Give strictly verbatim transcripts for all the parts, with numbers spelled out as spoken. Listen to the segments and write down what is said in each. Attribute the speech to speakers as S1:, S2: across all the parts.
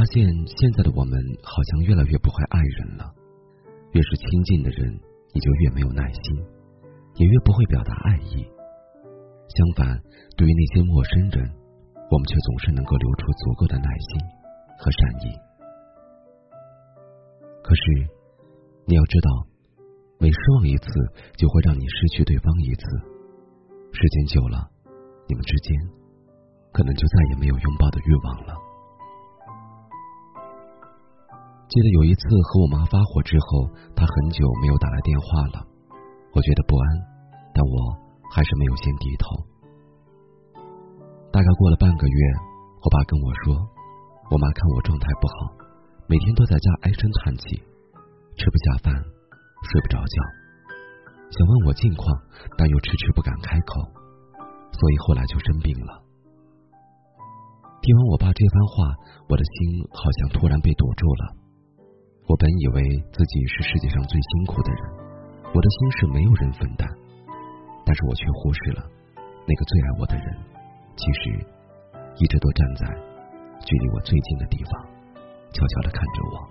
S1: 发现现在的我们好像越来越不会爱人了，越是亲近的人，你就越没有耐心，也越不会表达爱意。相反，对于那些陌生人，我们却总是能够留出足够的耐心和善意。可是，你要知道，每失望一次，就会让你失去对方一次。时间久了，你们之间可能就再也没有拥抱的欲望了。记得有一次和我妈发火之后，她很久没有打来电话了，我觉得不安，但我还是没有先低头。大概过了半个月，我爸跟我说，我妈看我状态不好，每天都在家唉声叹气，吃不下饭，睡不着觉，想问我近况，但又迟迟不敢开口，所以后来就生病了。听完我爸这番话，我的心好像突然被堵住了。我本以为自己是世界上最辛苦的人，我的心事没有人分担，但是我却忽视了那个最爱我的人，其实一直都站在距离我最近的地方，悄悄地看着我。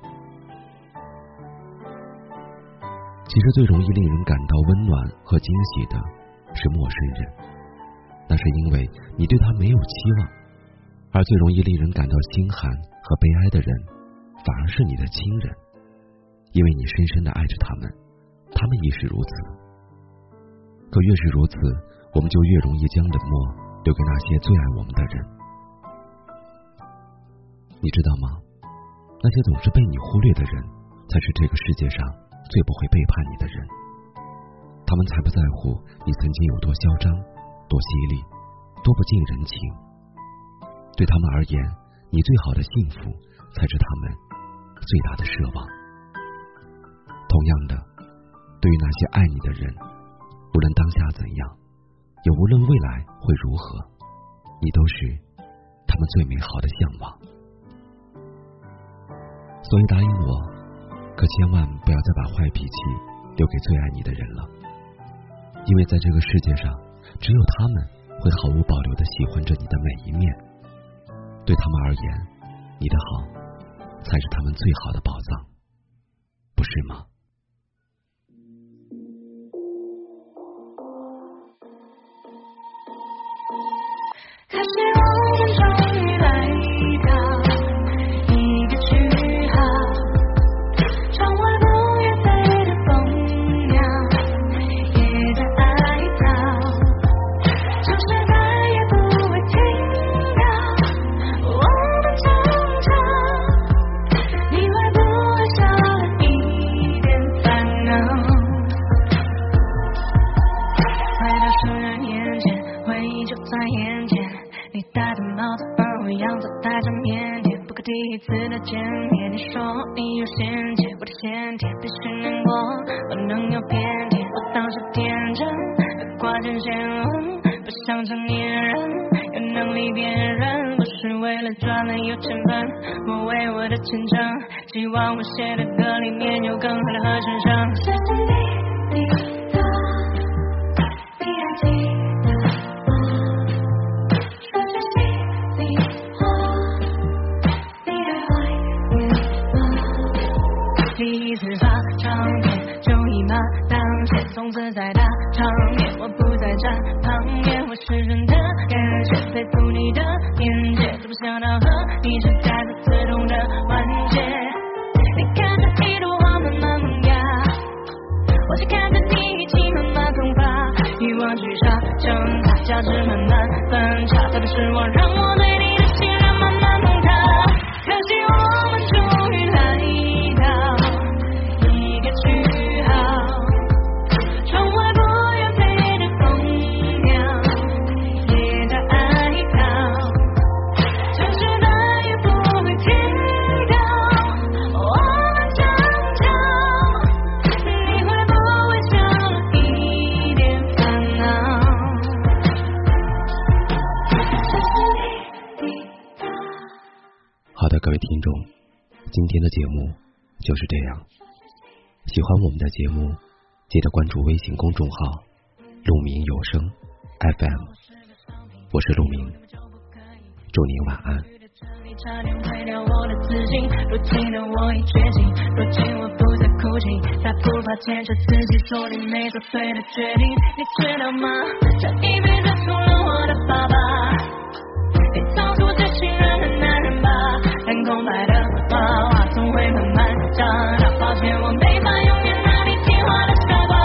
S1: 其实最容易令人感到温暖和惊喜的是陌生人，那是因为你对他没有期望，而最容易令人感到心寒和悲哀的人反而是你的亲人，因为你深深地爱着他们，他们亦是如此。可越是如此，我们就越容易将冷漠留给那些最爱我们的人。你知道吗？那些总是被你忽略的人，才是这个世界上最不会背叛你的人。他们才不在乎你曾经有多嚣张，多犀利，多不近人情。对他们而言，你最好的幸福才是他们最大的奢望。同样的，对于那些爱你的人，无论当下怎样，也无论未来会如何，你都是他们最美好的向往。所以答应我，可千万不要再把坏脾气留给最爱你的人了，因为在这个世界上，只有他们会毫无保留地喜欢着你的每一面。对他们而言，你的好才是他们最好的宝藏，不是吗？
S2: 可是我们终于来到一个句号，窗外不远飞的蜂鸟也在哀悼，城市再也不会停靠我的争吵，你会不会少了一点烦恼？回到熟人眼前，回忆就在眼前，你戴着帽子，而我样子带着腼腆，不可第一次的见面，你说你有先见，我的先天必须难过，不能有偏见，我当时天真，挂件先问，不想成年人，有能力辨认，不是为了赚了有钱分，我为我的前程，希望我写的歌里面有更好的和声声。谢谢你，你的，你还记得第一次发唱片就一马当先，从此在大场面我不再站旁边，我深深的感谢佩服你的眼界，就不想到和你是在这刺痛的环节。你看着一朵花慢慢萌芽，我是看着你一起慢慢迸发，欲望聚沙成塔，价值慢慢分叉，特别是我让我对你的信任慢慢崩塌。可惜我们终于来
S1: 各位听众，今天的节目就是这样。喜欢我们的节目，记得关注微信公众号鹿鸣有声 F M， 我是鹿鸣，祝您晚安。
S2: 你差点毁掉我的自信，如今的我已绝境，如今我不再哭泣，再不怕坚持自己做你没做对的决定。你知道吗？这一辈子除了我的爸爸，你当初最信任的男人吧，但空白的娃娃总会慢慢长大。抱歉，我没法永远让你听话的傻瓜。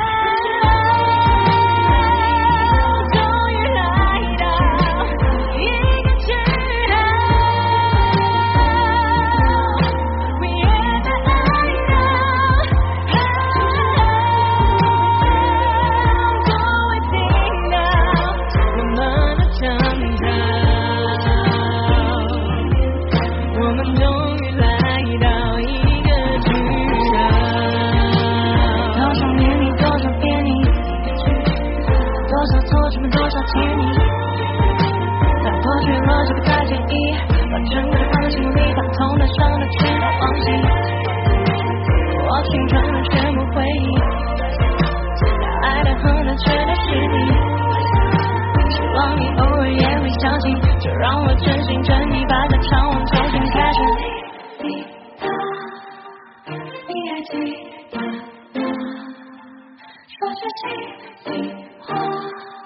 S2: 多少天你在过去了就不再介意，把整个放在心里，把痛的伤的全都忘记，我青春的全部回忆，爱的恨的全都是你，希望你偶尔也会想起，就让我真心真意把这场梦重新开始。你的你还记得吗？说句心里话。